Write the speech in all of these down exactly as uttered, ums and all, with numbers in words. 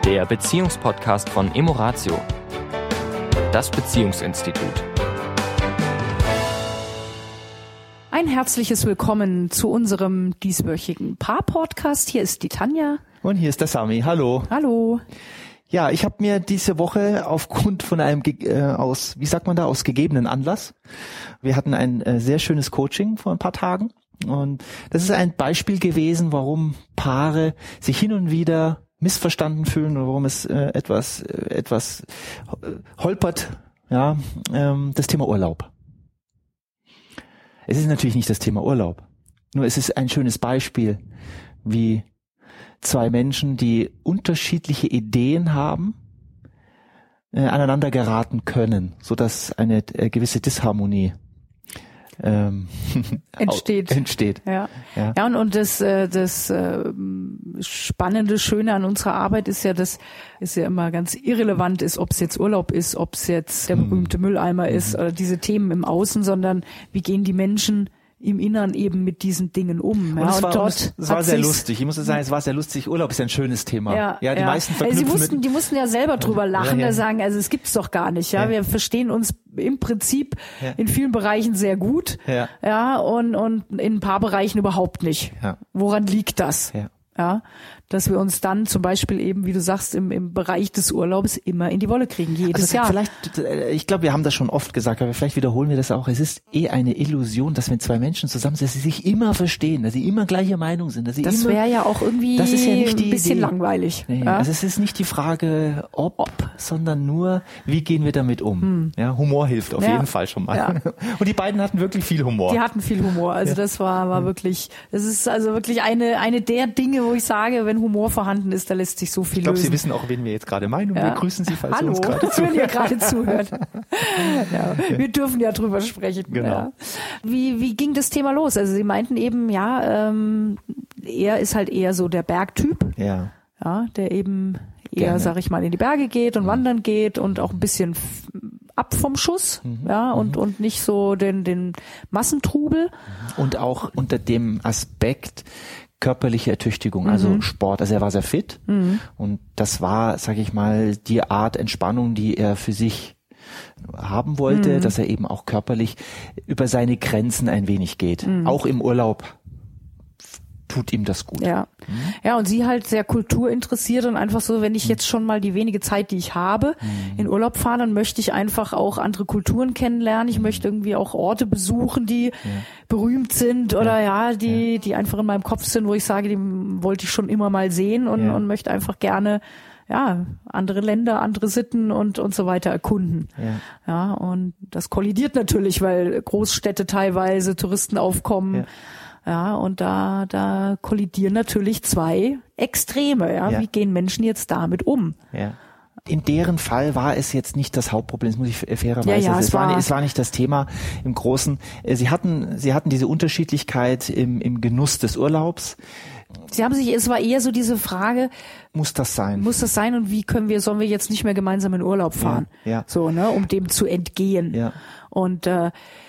der Beziehungspodcast von Emoratio, das Beziehungsinstitut. Ein herzliches Willkommen zu unserem dieswöchigen Paar-Podcast. Hier ist die Tanja. Und hier ist der Sami. Hallo. Hallo. Ja, ich habe mir diese Woche aufgrund von einem, äh, aus, wie sagt man da, aus gegebenen Anlass, wir hatten ein äh, sehr schönes Coaching vor ein paar Tagen. Und das ist ein Beispiel gewesen, warum Paare sich hin und wieder missverstanden fühlen oder warum es äh, etwas äh, etwas äh, holpert, ja, ähm, das Thema Urlaub. Es ist natürlich nicht das Thema Urlaub, nur es ist ein schönes Beispiel, wie zwei Menschen, die unterschiedliche Ideen haben, äh, aneinander geraten können, so dass eine äh, gewisse Disharmonie Ähm, entsteht. entsteht. Ja, ja. ja und, und das, äh, das äh, Spannende, Schöne an unserer Arbeit ist ja, dass es ja immer ganz irrelevant ist, ob es jetzt Urlaub ist, ob es jetzt der berühmte mhm. Mülleimer ist mhm. oder diese Themen im Außen, sondern wie gehen die Menschen im Innern eben mit diesen Dingen um. Und ja, es war, und dort es, es war sehr lustig. Ich muss sagen, es war sehr lustig. Urlaub ist ein schönes Thema. Ja, ja die ja. meisten verknüpfen also sie mussten, mit, die mussten ja selber drüber lachen, ja, ja. da sagen, also es gibt's doch gar nicht. Ja, ja. wir verstehen uns im Prinzip ja. in vielen Bereichen sehr gut. Ja, ja und und in ein paar Bereichen überhaupt nicht. Ja. Woran liegt das? Ja. Ja, dass wir uns dann zum Beispiel eben, wie du sagst, im, im Bereich des Urlaubs immer in die Wolle kriegen, jedes also Jahr. Vielleicht, ich glaube, wir haben das schon oft gesagt, aber vielleicht wiederholen wir das auch. Es ist eh eine Illusion, dass wenn zwei Menschen zusammen sind, dass sie sich immer verstehen, dass sie immer gleicher Meinung sind. Dass sie das wäre ja auch irgendwie das ist ja nicht die ein bisschen Idee. langweilig. Nee, ja? Also es ist nicht die Frage, ob, ob, sondern nur, wie gehen wir damit um. Hm. Ja, Humor hilft auf ja. jeden Fall schon mal. Ja. Und die beiden hatten wirklich viel Humor. Die hatten viel Humor. Also ja. das war, war wirklich, das ist also wirklich eine, eine der Dinge, wo ich sage, wenn Humor vorhanden ist, da lässt sich so viel ich glaub, lösen. Ich glaube, Sie wissen auch, wen wir jetzt gerade meinen und ja. wir grüßen Sie, falls Hallo, Sie uns gerade zuhören. wenn ihr gerade zuhört. ja, wir dürfen ja drüber sprechen. Genau. Ja. Wie, wie ging das Thema los? Also Sie meinten eben, ja, ähm, er ist halt eher so der Bergtyp. Ja. Ja, der eben eher, Gerne. sag ich mal, in die Berge geht und mhm. wandern geht und auch ein bisschen f- ab vom Schuss, mhm. ja, und, mhm. und nicht so den, den Massentrubel. Und auch unter dem Aspekt körperliche Ertüchtigung, also mhm. Sport. Also er war sehr fit mhm. und das war, sage ich mal, die Art Entspannung, die er für sich haben wollte, mhm. dass er eben auch körperlich über seine Grenzen ein wenig geht. Mhm. Auch im Urlaub tut ihm das gut. Ja. Mhm. Ja, und sie halt sehr kulturinteressiert und einfach so, wenn ich jetzt schon mal die wenige Zeit, die ich habe, mhm. in Urlaub fahre, dann möchte ich einfach auch andere Kulturen kennenlernen. Ich mhm. möchte irgendwie auch Orte besuchen, die ja. berühmt sind oder ja, ja die ja. die einfach in meinem Kopf sind, wo ich sage, die wollte ich schon immer mal sehen und, ja. und möchte einfach gerne ja, andere Länder, andere Sitten und und so weiter erkunden. Ja. ja, und das kollidiert natürlich, weil Großstädte teilweise Touristenaufkommen ja. Ja, und da, da kollidieren natürlich zwei Extreme, ja? ja. Wie gehen Menschen jetzt damit um? Ja. In deren Fall war es jetzt nicht das Hauptproblem, das muss ich fairerweise ja, ja, sagen. Es, es, war, war, es war nicht das Thema im Großen. Sie hatten, sie hatten diese Unterschiedlichkeit im, im Genuss des Urlaubs. Sie haben sich, es war eher so diese Frage, muss das sein? Muss das sein und wie können wir, sollen wir jetzt nicht mehr gemeinsam in Urlaub fahren? Ja, ja. So, ne, um dem zu entgehen. Ja. Und, äh,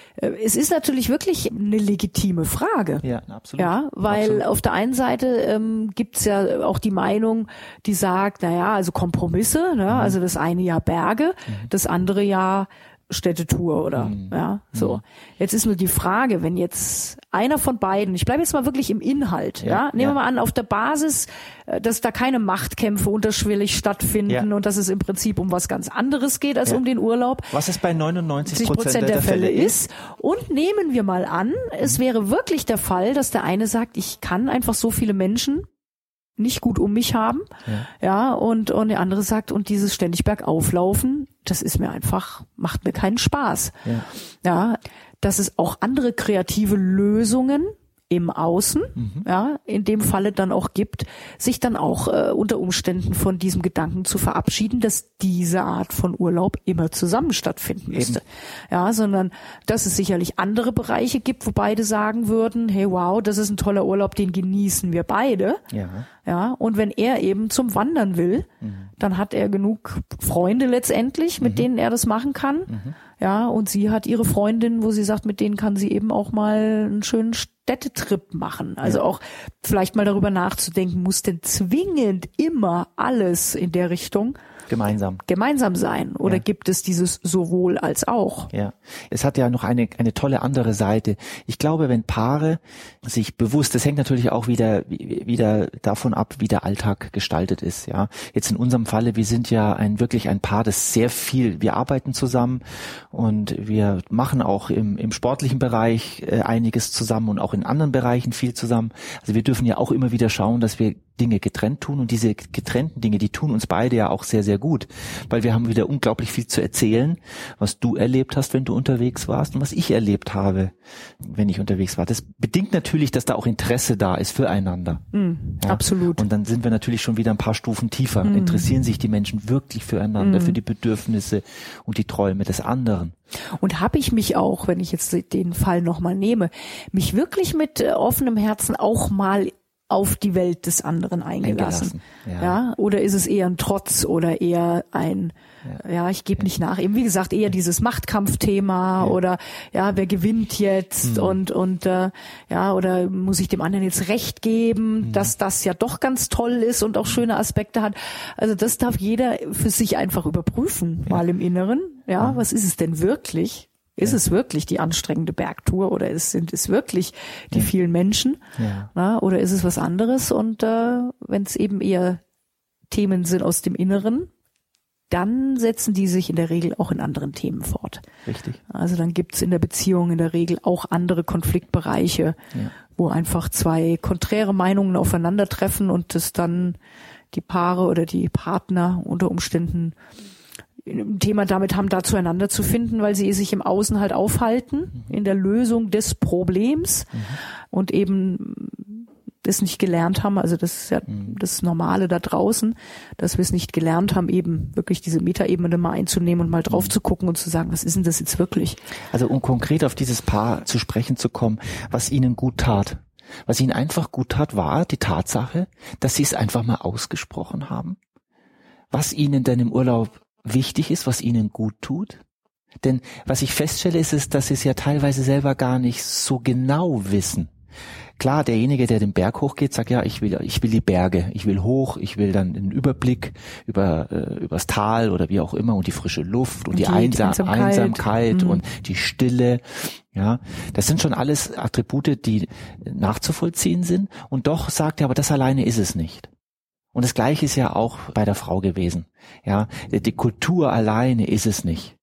es ist natürlich wirklich eine legitime Frage. Ja, absolut. Ja, weil absolut. auf der einen Seite ähm, gibt's ja auch die Meinung, die sagt, na ja, also Kompromisse, ne? Mhm. Also das eine Jahr Berge, mhm. das andere Jahr Städtetour oder mhm. ja, so. Mhm. Jetzt ist nur die Frage, wenn jetzt einer von beiden, ich bleibe jetzt mal wirklich im Inhalt, ja, ja? nehmen ja. wir mal an, auf der Basis, dass da keine Machtkämpfe unterschwellig stattfinden ja. und dass es im Prinzip um was ganz anderes geht als ja. um den Urlaub. Was es bei neunundneunzig Prozent der, der Fälle ist. Und nehmen wir mal an, es wäre wirklich der Fall, dass der eine sagt, ich kann einfach so viele Menschen nicht gut um mich haben, ja, ja und, und der andere sagt, und dieses ständig bergauflaufen, das ist mir einfach, macht mir keinen Spaß. Ja, ja dass es auch andere kreative Lösungen im Außen, mhm. ja, in dem Falle dann auch gibt, sich dann auch äh, unter Umständen von diesem Gedanken zu verabschieden, dass diese Art von Urlaub immer zusammen stattfinden müsste. Eben. Ja, sondern dass es sicherlich andere Bereiche gibt, wo beide sagen würden, hey wow, das ist ein toller Urlaub, den genießen wir beide. Ja. Ja, und wenn er eben zum Wandern will, mhm. dann hat er genug Freunde letztendlich, mit mhm. denen er das machen kann. Mhm. Ja, und sie hat ihre Freundin, wo sie sagt, mit denen kann sie eben auch mal einen schönen Städtetrip machen. Also ja. auch vielleicht mal darüber nachzudenken, muss denn zwingend immer alles in der Richtung Gemeinsam. Gemeinsam sein. Oder ja. gibt es dieses sowohl als auch? Ja. Es hat ja noch eine, eine tolle andere Seite. Ich glaube, wenn Paare sich bewusst, das hängt natürlich auch wieder, wieder davon ab, wie der Alltag gestaltet ist, ja. Jetzt in unserem Falle, wir sind ja ein, wirklich ein Paar, das sehr viel, wir arbeiten zusammen und wir machen auch im, im sportlichen Bereich äh, einiges zusammen und auch in anderen Bereichen viel zusammen. Also wir dürfen ja auch immer wieder schauen, dass wir Dinge getrennt tun und diese getrennten Dinge, die tun uns beide ja auch sehr, sehr gut, weil wir haben wieder unglaublich viel zu erzählen, was du erlebt hast, wenn du unterwegs warst und was ich erlebt habe, wenn ich unterwegs war. Das bedingt natürlich, dass da auch Interesse da ist füreinander. Mm, ja? Absolut. Und dann sind wir natürlich schon wieder ein paar Stufen tiefer. Mm. Interessieren sich die Menschen wirklich füreinander, mm. für die Bedürfnisse und die Träume des anderen. Und habe ich mich auch, wenn ich jetzt den Fall nochmal nehme, mich wirklich mit äh, offenem Herzen auch mal auf die Welt des anderen eingelassen. eingelassen ja. ja. Oder ist es eher ein Trotz oder eher ein, ja, ja ich gebe ja. nicht nach. Eben wie gesagt, eher dieses Machtkampfthema ja. oder ja, wer gewinnt jetzt mhm. und und äh, ja, oder muss ich dem anderen jetzt Recht geben, mhm. dass das ja doch ganz toll ist und auch schöne Aspekte hat. Also das darf jeder für sich einfach überprüfen, ja. mal im Inneren. Ja, mhm. was ist es denn wirklich? Ist ja. es wirklich die anstrengende Bergtour oder ist, sind es wirklich die ja. vielen Menschen? Ja. Na, oder ist es was anderes? Und äh, wenn es eben eher Themen sind aus dem Inneren, dann setzen die sich in der Regel auch in anderen Themen fort. Richtig. Also dann gibt es in der Beziehung in der Regel auch andere Konfliktbereiche, ja. wo einfach zwei konträre Meinungen aufeinandertreffen und das dann die Paare oder die Partner unter Umständen ein Thema damit haben, da zueinander zu finden, weil sie sich im Außen halt aufhalten, in der Lösung des Problems mhm. und eben das nicht gelernt haben, also das ist ja mhm. das Normale da draußen, dass wir es nicht gelernt haben, eben wirklich diese Metaebene mal einzunehmen und mal drauf mhm. zu gucken und zu sagen, was ist denn das jetzt wirklich? Also um konkret auf dieses Paar zu sprechen zu kommen, was ihnen gut tat. Was ihnen einfach gut tat, war die Tatsache, dass sie es einfach mal ausgesprochen haben, was ihnen denn im Urlaub wichtig ist, was ihnen gut tut. Denn was ich feststelle, ist es, dass sie es ja teilweise selber gar nicht so genau wissen. Klar, derjenige, der den Berg hochgeht, sagt, ja, ich will, ich will die Berge, ich will hoch, ich will dann einen Überblick über äh, übers Tal oder wie auch immer und die frische Luft und, und die, die Einsam- Einsamkeit, Einsamkeit mhm. und die Stille. Ja, das sind schon alles Attribute, die nachzuvollziehen sind. Und doch sagt er, aber das alleine ist es nicht. Und das Gleiche ist ja auch bei der Frau gewesen. Ja, die Kultur alleine ist es nicht.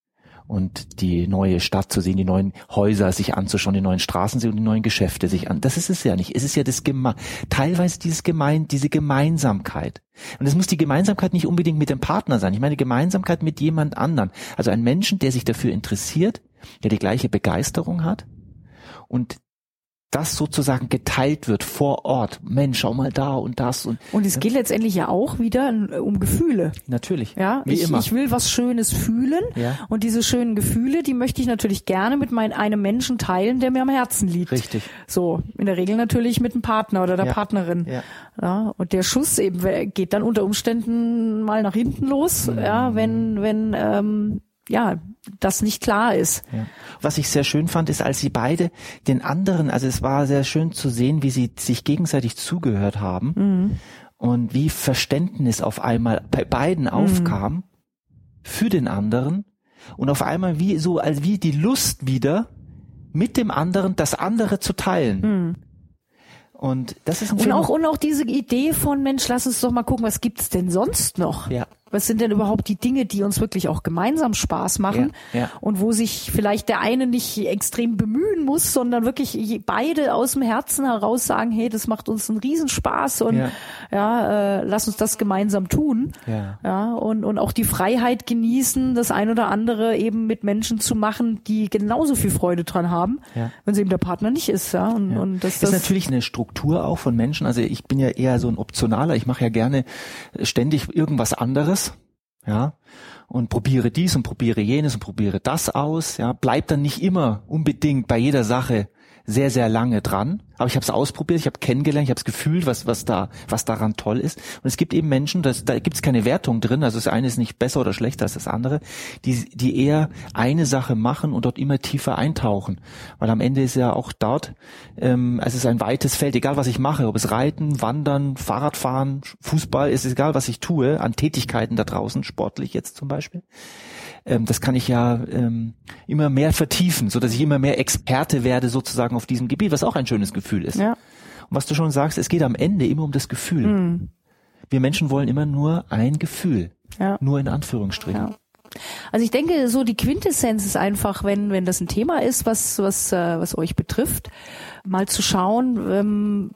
Und die neue Stadt zu sehen, die neuen Häuser sich anzuschauen, die neuen Straßen und die neuen Geschäfte sich an. Das ist es ja nicht. Es ist ja das Geme- teilweise dieses Gemein, diese Gemeinsamkeit. Und es muss die Gemeinsamkeit nicht unbedingt mit dem Partner sein. Ich meine Gemeinsamkeit mit jemand anderen. Also ein Menschen, der sich dafür interessiert, der die gleiche Begeisterung hat und das sozusagen geteilt wird vor Ort. Mensch, schau mal da und das. Und und es geht letztendlich ja auch wieder um Gefühle. Natürlich, ja, wie ich, immer. Ich will was Schönes fühlen ja. und diese schönen Gefühle, die möchte ich natürlich gerne mit mein, einem Menschen teilen, der mir am Herzen liegt. Richtig. So, in der Regel natürlich mit dem Partner oder der ja. Partnerin. Ja. Ja, und der Schuss eben geht dann unter Umständen mal nach hinten los, mhm. ja, wenn wenn ähm, ja, das nicht klar ist. Ja. Was ich sehr schön fand, ist, als sie beide den anderen, also es war sehr schön zu sehen, wie sie sich gegenseitig zugehört haben mhm. und wie Verständnis auf einmal bei beiden mhm. aufkam für den anderen und auf einmal wie so, als wie die Lust wieder mit dem anderen das andere zu teilen. Mhm. Und das ist ein und auch und auch diese Idee von Mensch, lass uns doch mal gucken, was gibt's denn sonst noch? Ja. Was sind denn überhaupt die Dinge, die uns wirklich auch gemeinsam Spaß machen ja, ja. und wo sich vielleicht der eine nicht extrem bemühen muss, sondern wirklich beide aus dem Herzen heraus sagen, hey, das macht uns einen Riesenspaß und ja, ja äh, lass uns das gemeinsam tun. Ja. Ja, und und auch die Freiheit genießen, das ein oder andere eben mit Menschen zu machen, die genauso viel Freude dran haben, ja. wenn es eben der Partner nicht ist. Ja, und, ja. und das, das das ist natürlich eine Struktur auch von Menschen. Also ich bin ja eher so ein Optionaler. Ich mache ja gerne ständig irgendwas anderes. Ja, und probiere dies und probiere jenes und probiere das aus, ja, bleib dann nicht immer unbedingt bei jeder Sache sehr, sehr lange dran, aber ich habe es ausprobiert, ich habe kennengelernt, ich habe es gefühlt, was was da was daran toll ist. Und es gibt eben Menschen, das, da gibt es keine Wertung drin, also das eine ist nicht besser oder schlechter als das andere, die die eher eine Sache machen und dort immer tiefer eintauchen. Weil am Ende ist ja auch dort, ähm, es ist ein weites Feld, egal was ich mache, ob es Reiten, Wandern, Fahrradfahren, Fußball, es ist egal, was ich tue, an Tätigkeiten da draußen, sportlich jetzt zum Beispiel. Das kann ich ja ähm, immer mehr vertiefen, so dass ich immer mehr Experte werde sozusagen auf diesem Gebiet, was auch ein schönes Gefühl ist. Ja. Und was du schon sagst, es geht am Ende immer um das Gefühl. Mhm. Wir Menschen wollen immer nur ein Gefühl, ja. nur in Anführungsstrichen. Ja. Also ich denke, so die Quintessenz ist einfach, wenn wenn das ein Thema ist, was was äh, was euch betrifft, mal zu schauen, ähm,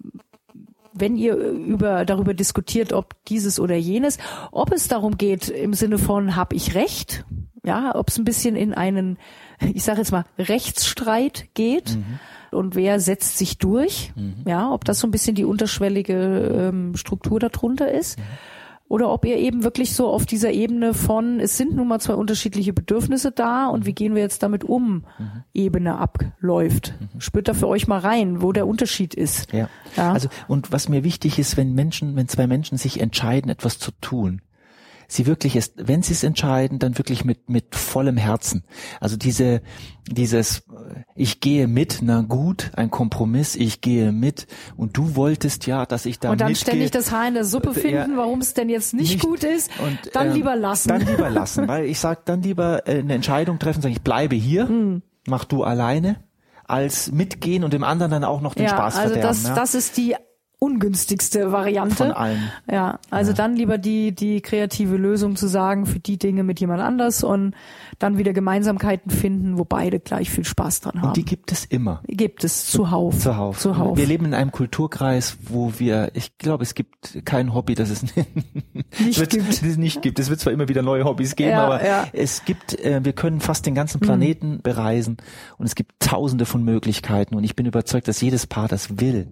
wenn ihr über darüber diskutiert, ob dieses oder jenes, ob es darum geht im Sinne von, hab ich recht? Ja, ob es ein bisschen in einen, ich sage jetzt mal, Rechtsstreit geht mhm. und wer setzt sich durch? Mhm. Ja, ob das so ein bisschen die unterschwellige ähm, Struktur darunter ist. Mhm. Oder ob ihr eben wirklich so auf dieser Ebene von, es sind nun mal zwei unterschiedliche Bedürfnisse da und wie gehen wir jetzt damit um, mhm. Ebene abläuft. Mhm. Spürt da für euch mal rein, wo der Unterschied ist. Ja. ja. Also, und was mir wichtig ist, wenn Menschen, wenn zwei Menschen sich entscheiden, etwas zu tun, sie wirklich ist, wenn sie es entscheiden, dann wirklich mit mit vollem Herzen. Also diese dieses ich gehe mit, na gut, ein Kompromiss, ich gehe mit und du wolltest ja, dass ich da mitgehe. Und dann mitgehe. Ständig das Haar in der Suppe finden, ja, warum es denn jetzt nicht, nicht gut ist, und, dann ähm, lieber lassen. Dann lieber lassen, weil ich sag, dann lieber äh, eine Entscheidung treffen, sagen, ich bleibe hier, hm. mach du alleine, als mitgehen und dem anderen dann auch noch den ja, Spaß also verderben. Das, ja, das ist die ungünstigste Variante. Von allen. Ja, also ja. dann lieber die die kreative Lösung zu sagen für die Dinge mit jemand anders und dann wieder Gemeinsamkeiten finden, wo beide gleich viel Spaß dran haben. Und die gibt es immer. Gibt es zuhauf. Zuhauf. zuhauf. Wir leben in einem Kulturkreis, wo wir, ich glaube, es gibt kein Hobby, das es nicht wird, gibt. Das es nicht gibt. Es wird zwar immer wieder neue Hobbys geben, ja, aber ja. es gibt, äh, wir können fast den ganzen Planeten mhm. bereisen und es gibt tausende von Möglichkeiten und ich bin überzeugt, dass jedes Paar das will.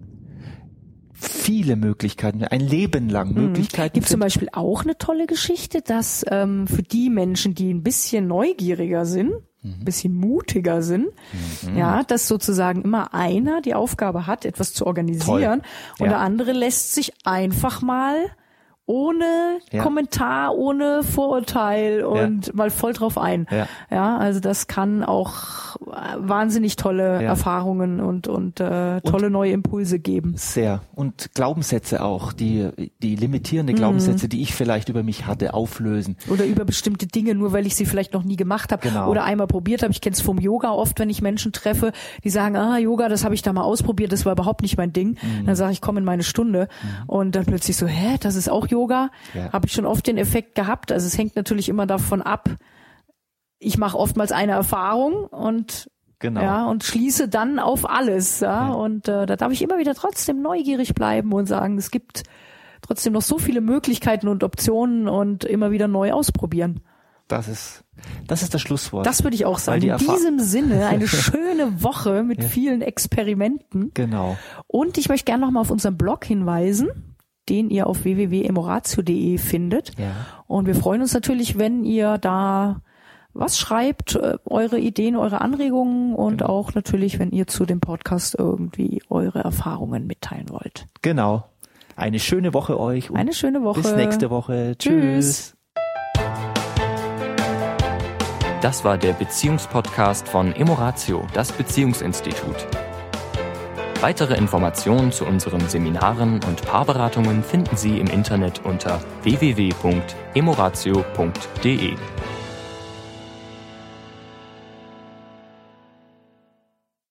Viele Möglichkeiten, ein Leben lang Möglichkeiten. Gibt zum Beispiel auch eine tolle Geschichte, dass ähm, für die Menschen, die ein bisschen neugieriger sind, mhm. ein bisschen mutiger sind, mhm. ja, dass sozusagen immer einer die Aufgabe hat, etwas zu organisieren Toll. und ja. der andere lässt sich einfach mal ohne ja. Kommentar, ohne Vorurteil und ja. mal voll drauf ein. Ja. ja, also das kann auch wahnsinnig tolle ja. Erfahrungen und und äh, tolle und neue Impulse geben. Sehr. Und Glaubenssätze auch, die die limitierende Glaubenssätze, mhm. die ich vielleicht über mich hatte, auflösen. Oder über bestimmte Dinge, nur weil ich sie vielleicht noch nie gemacht habe genau. oder einmal probiert habe. Ich kenne es vom Yoga oft, wenn ich Menschen treffe, die sagen, ah, Yoga, das habe ich da mal ausprobiert, das war überhaupt nicht mein Ding. Mhm. Dann sage ich, komm in meine Stunde. Mhm. Und dann plötzlich so, hä, das ist auch Yoga? Ja. Habe ich schon oft den Effekt gehabt. Also es hängt natürlich immer davon ab, ich mache oftmals eine Erfahrung und genau. ja und schließe dann auf alles. Ja, ja. Und äh, da darf ich immer wieder trotzdem neugierig bleiben und sagen, es gibt trotzdem noch so viele Möglichkeiten und Optionen und immer wieder neu ausprobieren. Das ist das ist das Schlusswort. Das würde ich auch sagen. In diesem Sinne eine schöne Woche mit ja. vielen Experimenten. Genau. Und ich möchte gerne noch mal auf unseren Blog hinweisen, den ihr auf w w w punkt emoratio punkt d e findet. Ja. Und wir freuen uns natürlich, wenn ihr da was schreibt, eure Ideen, eure Anregungen und genau. auch natürlich, wenn ihr zu dem Podcast irgendwie eure Erfahrungen mitteilen wollt. Genau. Eine schöne Woche euch. Und Eine schöne Woche. Bis nächste Woche. Tschüss. Das war der Beziehungspodcast von Emoratio, das Beziehungsinstitut. Weitere Informationen zu unseren Seminaren und Paarberatungen finden Sie im Internet unter w w w punkt emoratio punkt d e.